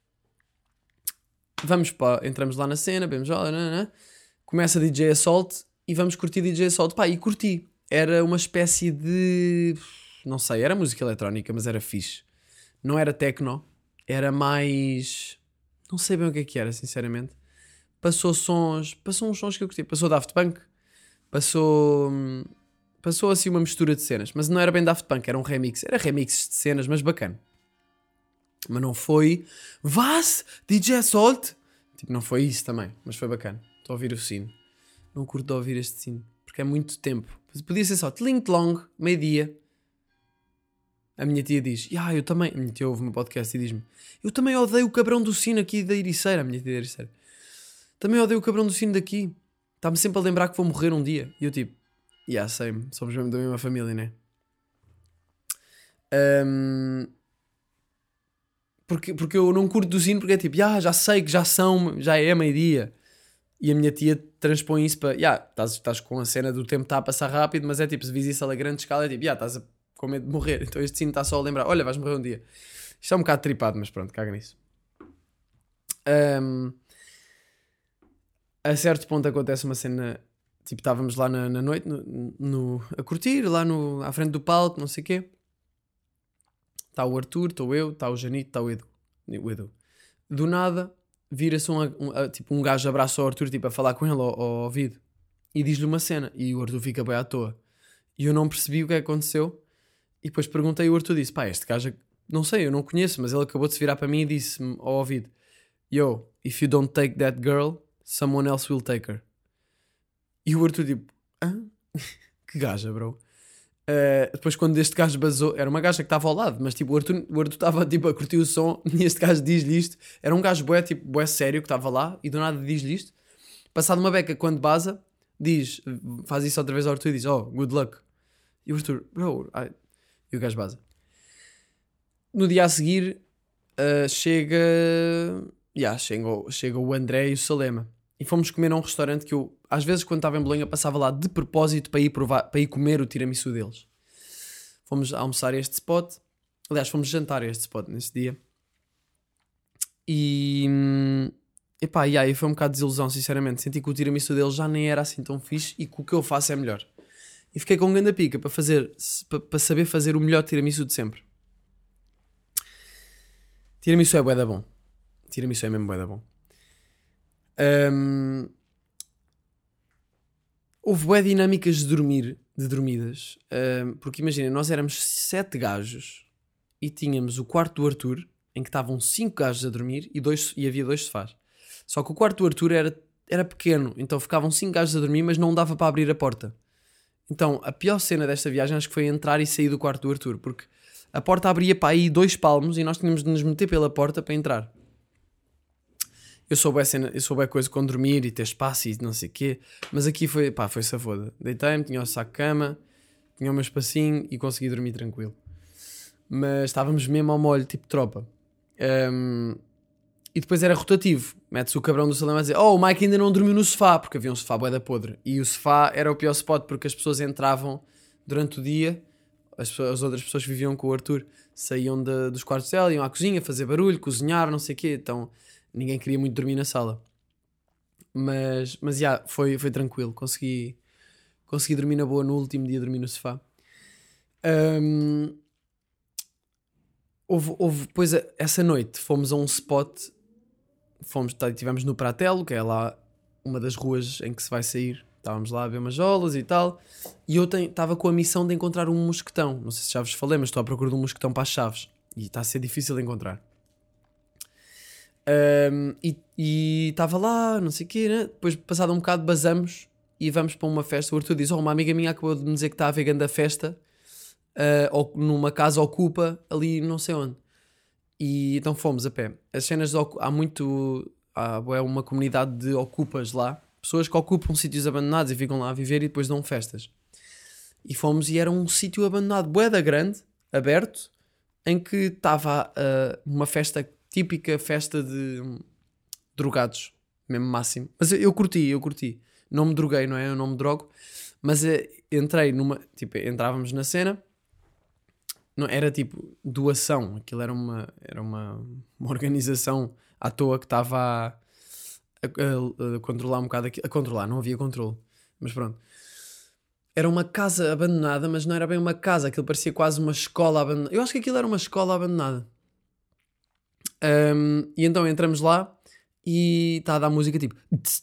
Vamos para... Entramos lá na cena, vemos... Oh, nanana, começa D J Assault e vamos curtir D J Assault. Pá, e curti. Era uma espécie de... Não sei, era música eletrónica, mas era fixe. Não era techno. Era mais... Não sei bem o que é que era, sinceramente. Passou sons... Passou uns sons que eu curti. Passou Daft Punk. Passou... Passou assim uma mistura de cenas. Mas não era bem Daft Punk, era um remix. Era remixes de cenas, mas bacana. Mas não foi... Was? D J Assault? Tipo, não foi isso também. Mas foi bacana. Estou a ouvir o sino. Não curto de ouvir este sino. Porque é muito tempo. Podia ser só tling-tlong, meio-dia. A minha tia diz... Ah, eu também... A minha tia ouve o meu podcast e diz-me... Eu também odeio o cabrão do sino aqui da Ericeira. A minha tia da Ericeira. Também odeio o cabrão do sino daqui. Está-me sempre a lembrar que vou morrer um dia. E eu tipo... Ya, yeah, sei-me. Somos mesmo da mesma família, né? Um... Porque, porque eu não curto do sino porque é tipo... Ah, já sei que já são... Já é meio-dia. E a minha tia transpõe isso para... Ya, yeah, estás com a cena do tempo está a passar rápido, mas é tipo... Se vis isso a grande escala é tipo... Ya, yeah, estás a... com medo de morrer. Então este sino está só a lembrar... Olha, vais morrer um dia. Isto é um bocado tripado, mas pronto, caga nisso. Um... A certo ponto acontece uma cena... Tipo, estávamos lá na, na noite no, no, a curtir, lá no, à frente do palco, não sei o quê. Está o Arthur, estou eu, está o Janito, está o Edu. O Edu. Do nada, vira-se um, um, tipo, um gajo abraça o Arthur, tipo, a falar com ele ao, ao ouvido. E diz-lhe uma cena. E o Arthur fica bem à toa. E eu não percebi o que aconteceu. E depois perguntei e o Arthur disse... Pá, este gajo, não sei, eu não conheço, mas ele acabou de se virar para mim e disse-me ao ouvido... Yo, if you don't take that girl, someone else will take her. E o Arthur tipo... Hã? Que gaja, bro. Uh, depois quando este gajo basou... Era uma gaja que estava ao lado, mas tipo, o Arthur o Arthur estava tipo a curtir o som e este gajo diz-lhe isto. Era um gajo bué, tipo, bué sério que estava lá e do nada diz-lhe isto. Passado uma beca, quando baza, diz... Faz isso outra vez ao Arthur e diz... Oh, good luck. E o Arthur... Bro... I... E o gajo baza. No dia a seguir, uh, chega... Yeah, chega, chega o André e o Salema. E fomos comer a um restaurante que eu, às vezes, quando estava em Bolonha, passava lá de propósito para ir, provar, para ir comer o tiramisu deles. Fomos almoçar a este spot. Aliás, fomos jantar a este spot nesse dia. E... Epá, e aí foi um bocado de desilusão, sinceramente. Senti que o tiramisu deles já nem era assim tão fixe e que o que eu faço é melhor. E fiquei com um grande pica para, fazer, para, para saber fazer o melhor tiramisu de sempre. Tiramisu é bué da bom. Tiramisu é mesmo bué da bom. Um, houve bué dinâmicas de dormir, de dormidas, um, porque imagina, nós éramos sete gajos e tínhamos o quarto do Arthur, em que estavam cinco gajos a dormir e, dois, e havia dois sofás. Só que o quarto do Arthur era, era pequeno, então ficavam cinco gajos a dormir, mas não dava para abrir a porta. Então a pior cena desta viagem acho que foi entrar e sair do quarto do Arthur, porque a porta abria para aí dois palmos e nós tínhamos de nos meter pela porta para entrar. Eu sou bem cena, eu sou bem coisa com dormir e ter espaço e não sei o quê, mas aqui foi, pá, foi safoda. Deitei-me, tinha o saco de cama, tinha o meu espacinho e consegui dormir tranquilo. Mas estávamos mesmo ao molho, tipo tropa. Um, e depois era rotativo. Mete-se o cabrão do salão a dizer: Oh, o Mike ainda não dormiu no sofá, porque havia um sofá bué da podre. E o sofá era o pior spot porque as pessoas entravam durante o dia, as, pessoas, as outras pessoas que viviam com o Arthur saíam de, dos quartos dela, iam à cozinha fazer barulho, cozinhar, não sei o quê, então... Ninguém queria muito dormir na sala. Mas, mas já, yeah, foi, foi tranquilo. Consegui, consegui dormir na boa no último dia, dormir no sofá. Um, houve, houve, depois, essa noite, fomos a um spot. Fomos, estivemos no Pratelo, que é lá uma das ruas em que se vai sair. Estávamos lá a ver umas jolas e tal. E eu estava com a missão de encontrar um mosquetão. Não sei se já vos falei, mas estou à procura de um mosquetão para as chaves. E está a ser difícil de encontrar. Um, e estava lá, não sei o quê, né? Depois, passado um bocado, basamos e vamos para uma festa. O Arthur diz: Oh, uma amiga minha acabou de me dizer que está a ver grande festa uh, ou numa casa ocupa ali não sei onde. E então fomos a pé. As cenas de, há muito há é uma comunidade de ocupas lá, pessoas que ocupam sítios abandonados e ficam lá a viver e depois dão festas. E fomos e era um sítio abandonado, bué da grande, aberto, em que estava uh, uma festa típica, festa de um, drogados, mesmo máximo. Mas eu, eu curti, eu curti. Não me droguei, não é? Eu não me drogo. Mas uh, entrei numa... Tipo, entrávamos na cena. Não, era tipo doação. Aquilo era uma, era uma, uma organização à toa que estava a, a, a, a controlar um bocado aquilo. A controlar, não havia controle. Mas pronto. Era uma casa abandonada, mas não era bem uma casa. Aquilo parecia quase uma escola abandonada. Eu acho que aquilo era uma escola abandonada. Um, e então entramos lá e está a dar música tipo...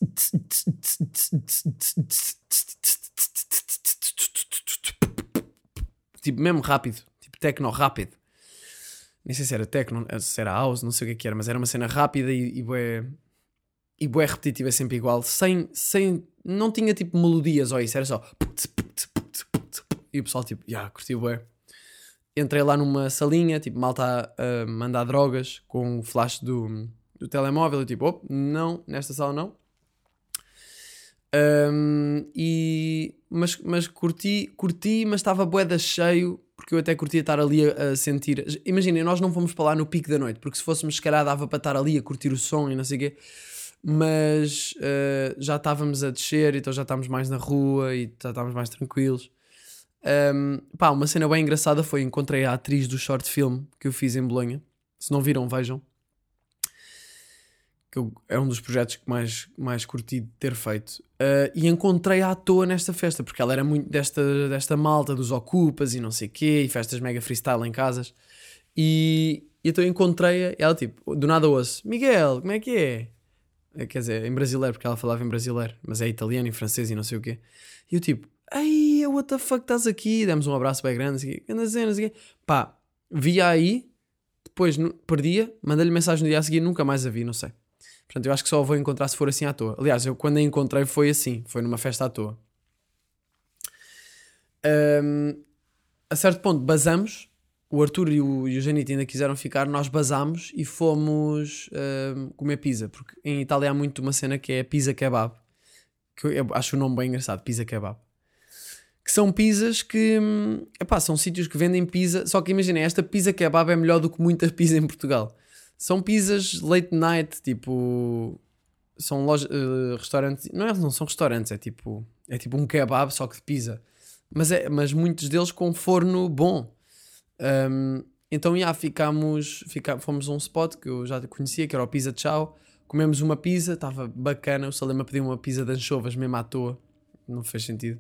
Tipo mesmo rápido. Tipo techno rápido. Nem sei se era techno, se era house, não sei o que é que era. Mas era uma cena rápida e, e bué... E bué repetitiva, sempre igual. Sem... sem não tinha tipo melodias ou isso. Era só... E o pessoal tipo, já, yeah, curti bué. Entrei lá numa salinha, tipo, malta a, a mandar drogas com o flash do, do telemóvel. Eu tipo, oh, não, nesta sala não. Um, e, mas, mas curti, curti, mas estava bué da cheio, porque eu até curtia estar ali a, a sentir. Imaginem, nós não fomos para lá no pico da noite, porque se fôssemos, se calhar dava para estar ali a curtir o som e não sei o quê. Mas uh, já estávamos a descer, então já estávamos mais na rua e já estávamos mais tranquilos. Um, pá, uma cena bem engraçada foi, encontrei a atriz do short film que eu fiz em Bolonha. Se não viram, vejam, que eu, é um dos projetos que mais, mais curti de ter feito. Uh, e encontrei-a à toa nesta festa, porque ela era muito desta, desta malta dos ocupas e não sei o quê, e festas mega freestyle em casas. E, e então encontrei-a, ela tipo, do nada ouço, Miguel, como é que é? Quer dizer, em brasileiro, porque ela falava em brasileiro, mas é italiano e francês e não sei o quê. E eu tipo, ei, what the fuck, estás aqui? Demos um abraço bem grande, assim, anda cena, assim. Pá, via aí, depois no, perdia, mandei-lhe mensagem no dia a seguir, nunca mais a vi, não sei. Portanto, eu acho que só a vou encontrar se for assim à toa. Aliás, eu quando a encontrei foi assim, foi numa festa à toa. Um, a certo ponto, basamos, o Arthur e o, e o Janito ainda quiseram ficar, nós basámos e fomos um, comer pizza, porque em Itália há muito uma cena que é pizza kebab, que eu, eu acho o nome bem engraçado, pizza kebab. Que são pizzas que... Epá, são sítios que vendem pizza. Só que imaginem, esta pizza kebab é melhor do que muita pizza em Portugal. São pizzas late night, tipo... São lojas... Uh, restaurantes... Não, é, não são restaurantes, é tipo... É tipo um kebab, só que de pizza. Mas, é, mas muitos deles com forno bom. Um, então, já, ficámos... Fica, fomos a um spot que eu já conhecia, que era o Pizza Tchau. Comemos uma pizza, estava bacana. O Salema pediu uma pizza de anchovas mesmo à toa. Não fez sentido.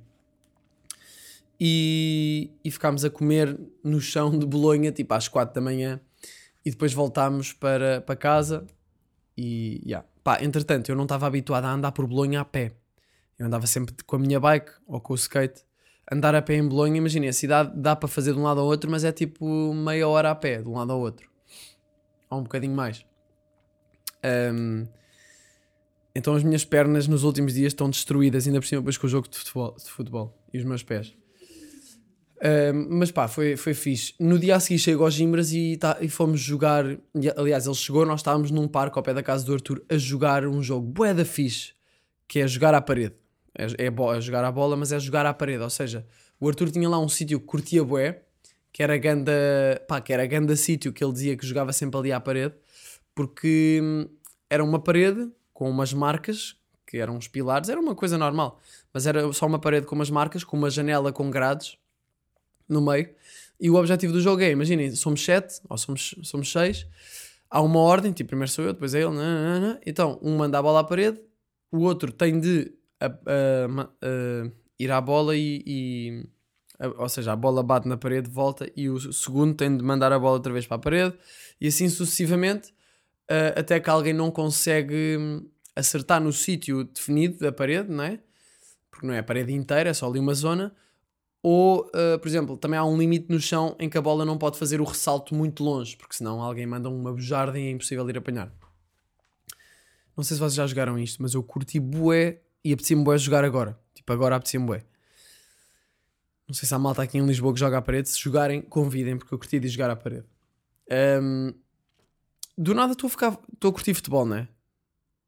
E, e ficámos a comer no chão de Bolonha, tipo às quatro da manhã, e depois voltámos para, para casa. E yeah. Pá, entretanto, eu não estava habituado a andar por Bolonha a pé. Eu andava sempre com a minha bike ou com o skate. Andar a pé em Bolonha, imagina, a cidade dá para fazer de um lado ao outro, mas é tipo meia hora a pé, de um lado ao outro, ou um bocadinho mais. Um, então as minhas pernas nos últimos dias estão destruídas, ainda por cima depois com o jogo de futebol, de futebol e os meus pés. Uh, mas pá, foi, foi fixe. No dia a seguir chego aos Gimbras e, tá, e fomos jogar. Aliás, ele chegou, nós estávamos num parque ao pé da casa do Arthur a jogar um jogo bué da fixe, que é jogar à parede. É, é, bo- é jogar à bola, mas é jogar à parede. Ou seja, o Arthur tinha lá um sítio que curtia bué, que era ganda, pá, que era ganda sítio, que ele dizia que jogava sempre ali à parede, porque hum, era uma parede com umas marcas, que eram uns pilares, era uma coisa normal, mas era só uma parede com umas marcas, com uma janela com grades no meio, e o objetivo do jogo é, imaginem, somos sete, ou somos, somos seis, há uma ordem, tipo, primeiro sou eu, depois é ele, nananana. Então, um manda a bola à parede, o outro tem de a, a, a, ir à bola e, e a, ou seja, a bola bate na parede, volta, e o segundo tem de mandar a bola outra vez para a parede, e assim sucessivamente, uh, até que alguém não consegue acertar no sítio definido da parede, não é? Porque não é a parede inteira, é só ali uma zona. Ou, uh, por exemplo, também há um limite no chão em que a bola não pode fazer o ressalto muito longe, porque senão alguém manda uma bujarda e é impossível ir apanhar. Não sei se vocês já jogaram isto, mas eu curti bué e apetecia-me bué jogar agora. Tipo, agora apetecia-me bué. Não sei se há malta aqui em Lisboa que joga à parede. Se jogarem, convidem, porque eu curti de jogar à parede. Um, do nada estou a ficar... Estou a curtir futebol, não é?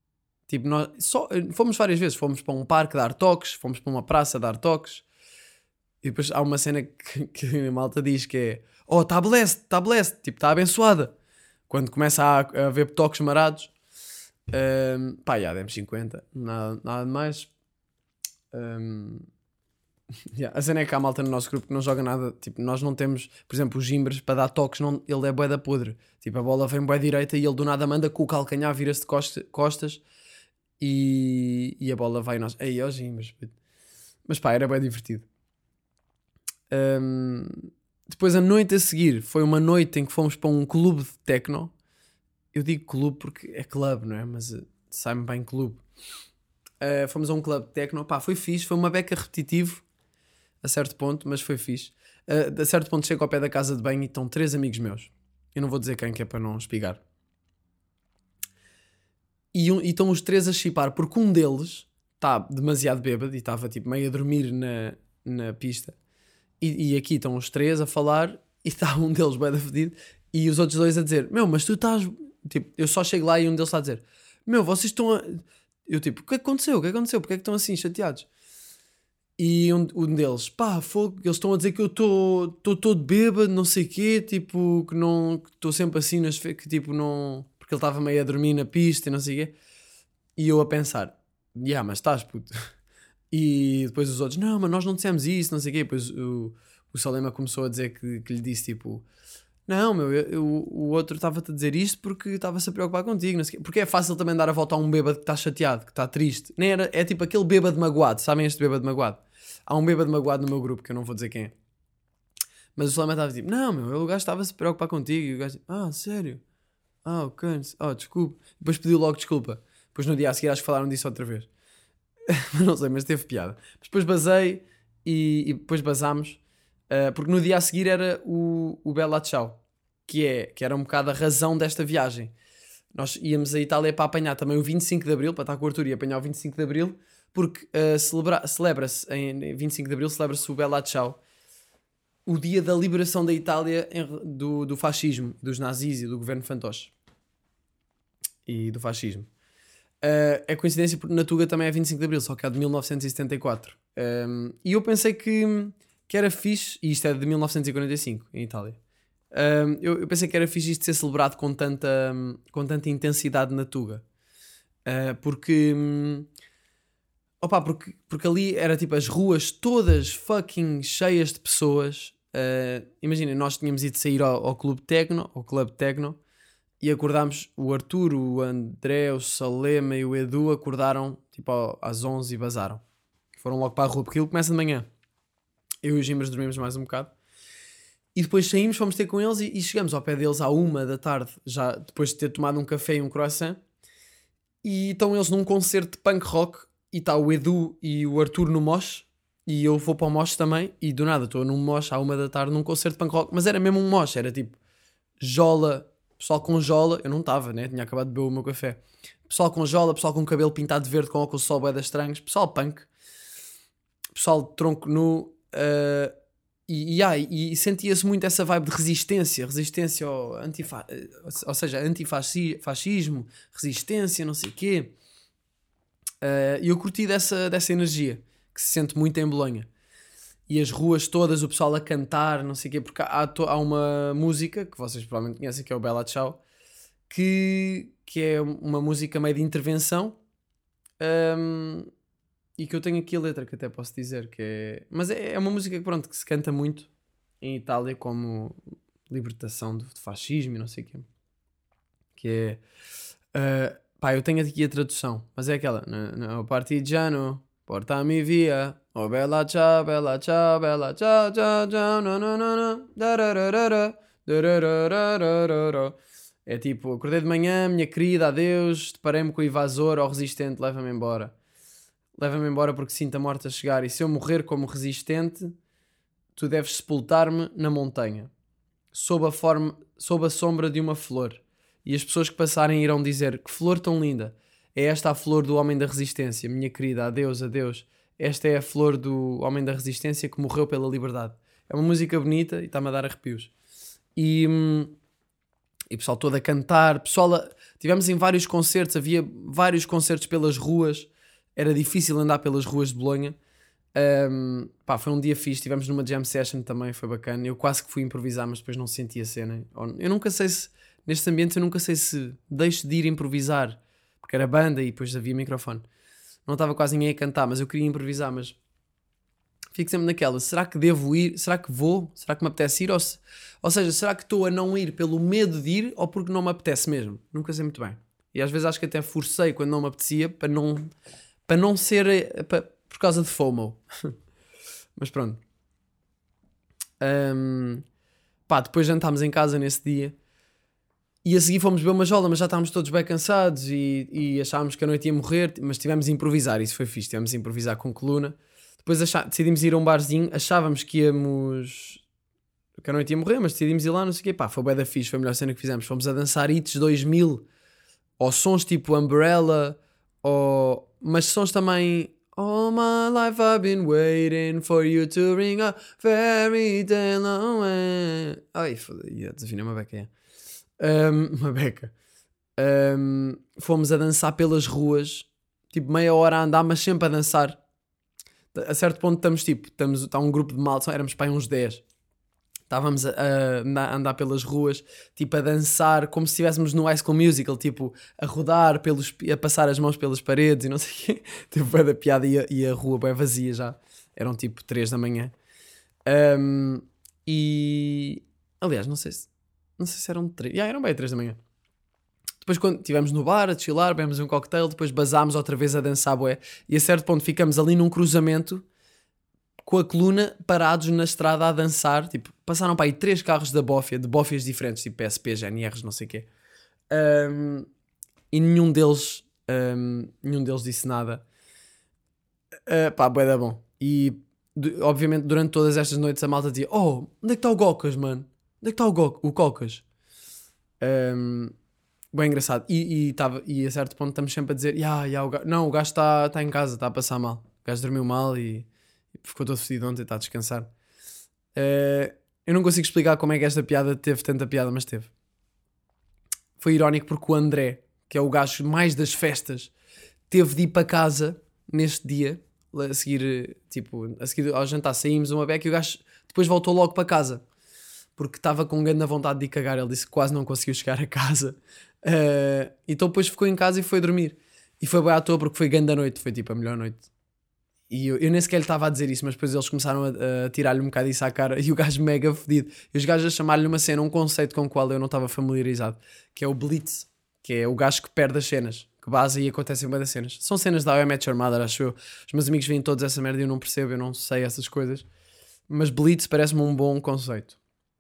Tipo, nós só, fomos várias vezes. Fomos para um parque dar toques, fomos para uma praça dar toques. E depois há uma cena que, que a malta diz que é: oh, está blessed, está blessed, tipo, está abençoada. Quando começa a, a haver toques marados, um, pá, já demos cinquenta, nada, nada de mais. Um, yeah. A cena é que há malta no nosso grupo que não joga nada. Tipo, nós não temos, por exemplo, os Gimbres para dar toques, não, ele é bué da podre. Tipo, a bola vem bué direita e ele do nada manda com o calcanhar, vira-se de costa, costas e, e a bola vai. Nós, ei, ó Gimbres. Mas pá, era bué divertido. Um, depois a noite a seguir foi uma noite em que fomos para um clube de techno. Eu digo clube porque é clube, não é? Mas uh, sai-me bem clube. Uh, fomos a um clube de techno. Pá, foi fixe, foi uma beca repetitivo a certo ponto, mas foi fixe. Uh, a certo ponto chego ao pé da casa de banho e estão três amigos meus. Eu não vou dizer quem, que é para não espigar. E, um, e estão os três a chipar porque um deles está demasiado bêbado e estava tipo meio a dormir na, na pista. E, e aqui estão os três a falar e está um deles bem da fedido e os outros dois a dizer: meu, mas tu estás... Tipo, eu só chego lá e um deles está a dizer: meu, vocês estão a... Eu tipo, o que é que aconteceu? O que é que aconteceu? Porquê é que estão assim chateados? E um, um deles: pá, fogo, eles estão a dizer que eu estou todo bêbado, não sei o quê, tipo, que não... Estou sempre assim, nas fe... que tipo, não... Porque ele estava meio a dormir na pista e não sei o quê. E eu a pensar: já, yeah, mas estás, puto. E depois os outros: não, mas nós não dissemos isso, não sei o quê. Depois o, o Salema começou a dizer que, que lhe disse tipo: não, meu, eu, eu, o outro estava-te a dizer isto porque estava-se a preocupar contigo, não sei o quê. Porque é fácil também dar a volta a um bêbado que está chateado, que está triste. Nem era, é tipo aquele bêbado magoado, sabem este bêbado magoado? Há um bêbado magoado no meu grupo, que eu não vou dizer quem é. Mas o Salema estava tipo: não, meu, o gajo estava-se a preocupar contigo. E o gajo: ah, sério? Ah, ok, oh, desculpa. Depois pediu logo desculpa. Depois no dia a seguir acho que falaram disso outra vez. Não sei, mas teve piada. Mas depois basei e, e depois basámos, uh, porque no dia a seguir era o, o Bella Ciao, que, é, que era um bocado a razão desta viagem. Nós íamos à Itália para apanhar também o vinte e cinco de Abril, para estar com o Arthur e apanhar o vinte e cinco de Abril, porque uh, celebra, celebra-se, em vinte e cinco de Abril, celebra-se o Bella Ciao, o dia da liberação da Itália em, do, do fascismo, dos nazis e do governo fantoche. E do fascismo. Uh, é coincidência porque na Tuga também é vinte e cinco de Abril, só que é de mil novecentos e setenta e quatro. Um, e eu pensei que, que era fixe, e isto é de mil novecentos e quarenta e cinco, em Itália. Um, eu, eu pensei que era fixe isto de ser celebrado com tanta, com tanta intensidade na Tuga. Uh, porque, um, opa, porque, porque ali era tipo as ruas todas fucking cheias de pessoas. Uh, Imaginem, nós tínhamos ido sair ao, ao Clube Tecno, ao Clube Tecno, e acordámos, o Arthur, o André, o Salema e o Edu acordaram tipo às onze e basaram. Foram logo para a rua, porque aquilo começa de manhã. Eu e os Gimbras dormimos mais um bocado. E depois saímos, fomos ter com eles e, e chegamos ao pé deles à uma da tarde, já depois de ter tomado um café e um croissant. E estão eles num concerto de punk rock e está o Edu e o Arthur no mosh. E eu vou para o mosh também. E do nada estou num mosh à uma da tarde num concerto de punk rock. Mas era mesmo um mosh, era tipo jola... Pessoal com jola, eu não estava, né? Tinha acabado de beber o meu café. Pessoal com jola, pessoal com cabelo pintado de verde com óculos de sol bué das estranhos, pessoal punk, pessoal de tronco nu, uh, e, e, ah, e, e sentia-se muito essa vibe de resistência, resistência ao antifa, ou seja, antifascismo, resistência, não sei o quê. Uh, e eu curti dessa, dessa energia que se sente muito em Bolonha. E as ruas todas, o pessoal a cantar, não sei o quê, porque há, há uma música que vocês provavelmente conhecem, que é o Bella Ciao, que, que é uma música meio de intervenção, um, e que eu tenho aqui a letra, que até posso dizer, que é... Mas é, é uma música que, pronto, que se canta muito em Itália como libertação do, do fascismo e não sei o quê. Que é... Uh, pá, eu tenho aqui a tradução, mas é aquela... No partigiano, porta-me via... Oh, bella ciao, bella ciao, bella ciao, ciao, ciao, no, no, no, no, dararara, dararara. É tipo, acordei de manhã, minha querida, adeus, deparei-me com o invasor, ó resistente, leva-me embora. Leva-me embora porque sinto a morte a chegar, e se eu morrer como resistente, tu deves sepultar-me na montanha, sob a, forma, sob a sombra de uma flor. E as pessoas que passarem irão dizer, que flor tão linda, é esta a flor do homem da resistência, minha querida, adeus, adeus. Esta é a flor do homem da resistência que morreu pela liberdade. É uma música bonita e está-me a dar arrepios. E, e o pessoal todo a cantar. Pessoal a, tipo, Tivemos em vários concertos, havia vários concertos pelas ruas, era difícil andar pelas ruas de Bolonha. Um, pá, foi um dia fixe, estivemos numa jam session também, foi bacana. Eu quase que fui improvisar, mas depois não senti a cena. Eu nunca sei se, neste ambiente, eu nunca sei se deixo de ir improvisar, porque era banda e depois havia microfone. Não estava quase ninguém a cantar, mas eu queria improvisar, mas fico sempre naquela, será que devo ir, será que vou, será que me apetece ir, ou, se, ou seja, será que estou a não ir pelo medo de ir ou porque não me apetece mesmo? Nunca sei muito bem. E às vezes acho que até forcei quando não me apetecia para não, para não ser, para, por causa de FOMO. Mas pronto. Um, pá, depois jantámos em casa nesse dia e a seguir fomos beber uma jola, mas já estávamos todos bem cansados e, e achávamos que a noite ia morrer, mas tivemos a improvisar, isso foi fixe, tivemos a improvisar com coluna. Depois achá, decidimos ir a um barzinho, achávamos que íamos, que a noite ia morrer, mas decidimos ir lá, não sei o quê, pá, foi bué da fixe, foi a melhor cena que fizemos. Fomos a dançar hits dois mil, ou sons tipo Umbrella, ou, mas sons também... All my life I've been waiting for you to ring a fairy tale away. Ai, foda-se, desafinei uma beca. É. Um, uma beca. Um, fomos a dançar pelas ruas, tipo meia hora a andar, mas sempre a dançar. A certo ponto estamos tipo, estamos, está um grupo de malta, éramos para aí uns dez. Estávamos a, a, a andar pelas ruas, tipo a dançar, como se estivéssemos no High School Musical, tipo a rodar, pelos, a passar as mãos pelas paredes e não sei o quê. Tipo, bué da piada e a, e a rua bem vazia já. Eram tipo três da manhã. Um, e... Aliás, não sei se... Não sei se eram três. Yeah, eram bem três da manhã. Depois quando estivemos no bar a chilar, bebemos um cocktail, depois basámos outra vez a dançar bué. E a certo ponto ficamos ali num cruzamento com a coluna parados na estrada a dançar, tipo, passaram para aí três carros da Bófia, de Bófias diferentes, tipo P S P, G N Rs, não sei o quê, um, e nenhum deles um, nenhum deles disse nada. Uh, pá, bué da bom. E de, obviamente durante todas estas noites a malta dizia, oh, onde é que está o Gocas, mano? Onde é que está o, Go- o Cocas? Um, bem engraçado. E, e, tava, e a certo ponto estamos sempre a dizer, yeah, yeah, o gajo, não, o gajo está tá em casa, está a passar mal, o gajo dormiu mal e ficou todo fedido ontem, está a descansar. Uh, eu não consigo explicar como é que esta piada teve tanta piada, mas teve. Foi irónico porque o André, que é o gajo mais das festas, teve de ir para casa neste dia, a seguir, tipo, a seguir ao jantar saímos uma beca e o gajo depois voltou logo para casa, porque estava com grande vontade de ir cagar. Ele disse que quase não conseguiu chegar a casa. Uh, então depois ficou em casa e foi dormir. E foi bem à toa porque foi grande a noite, foi tipo a melhor noite. E eu, eu nem sequer lhe estava a dizer isso, mas depois eles começaram a, a tirar-lhe um bocado isso à cara e o gajo mega fedido. E os gajos a chamar-lhe uma cena, um conceito com o qual eu não estava familiarizado, que é o Blitz, que é o gajo que perde as cenas, que base e acontecem bem das cenas. São cenas da How I Met Your Mother, acho eu. Os meus amigos veem todos essa merda e eu não percebo, eu não sei essas coisas. Mas Blitz parece-me um bom conceito.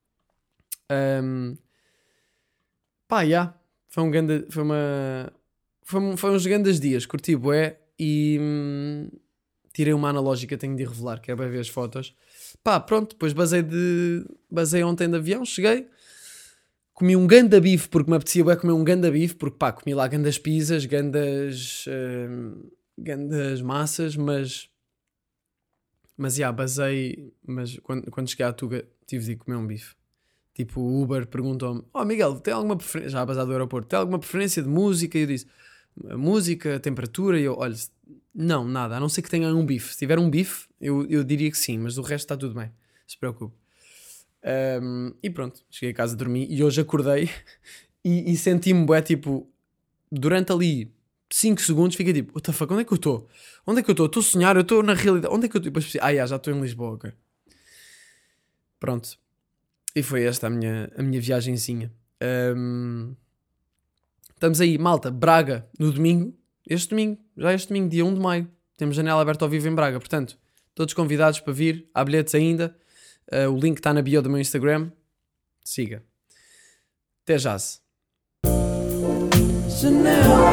Um, pá, já. Yeah. Foi um grande, foi uma... Foi, foi uns grandes dias, curti bué e... Hum, tirei uma analógica, tenho de ir revelar, que é para ver as fotos. Pá, pronto, depois basei de... Basei ontem de avião, cheguei. Comi um ganda bife, porque me apetecia bem comer um ganda bife, porque pá, comi lá gandas pizzas, gandas... Uh, gandas massas, mas... Mas, já, yeah, basei... Mas quando, quando cheguei à Tuga, tive de ir comer um bife. Tipo, o Uber perguntou-me, oh Miguel, tem alguma preferência... Já basado do aeroporto, tem alguma preferência de música? E eu disse, música, temperatura? E eu, olha... Não, nada, a não ser que tenha um bife. Se tiver um bife, eu, eu diria que sim, mas do resto está tudo bem, não se preocupe. Um, e pronto, cheguei a casa, dormi e hoje acordei e, e senti-me bué, tipo, durante ali cinco segundos fiquei tipo, what the fuck, onde é que eu estou? Onde é que eu estou? Estou a sonhar, eu estou na realidade, onde é que eu estou? Depois pensei, ah, já, já estou em Lisboa, ok. Pronto. E foi esta a minha, a minha viagenzinha. Um, estamos aí, malta, Braga, no domingo. Este domingo, já este domingo, dia um de maio, temos janela aberta ao vivo em Braga, portanto, todos convidados para vir, há bilhetes ainda, uh, o link está na bio do meu Instagram, siga. Até já. Chanel.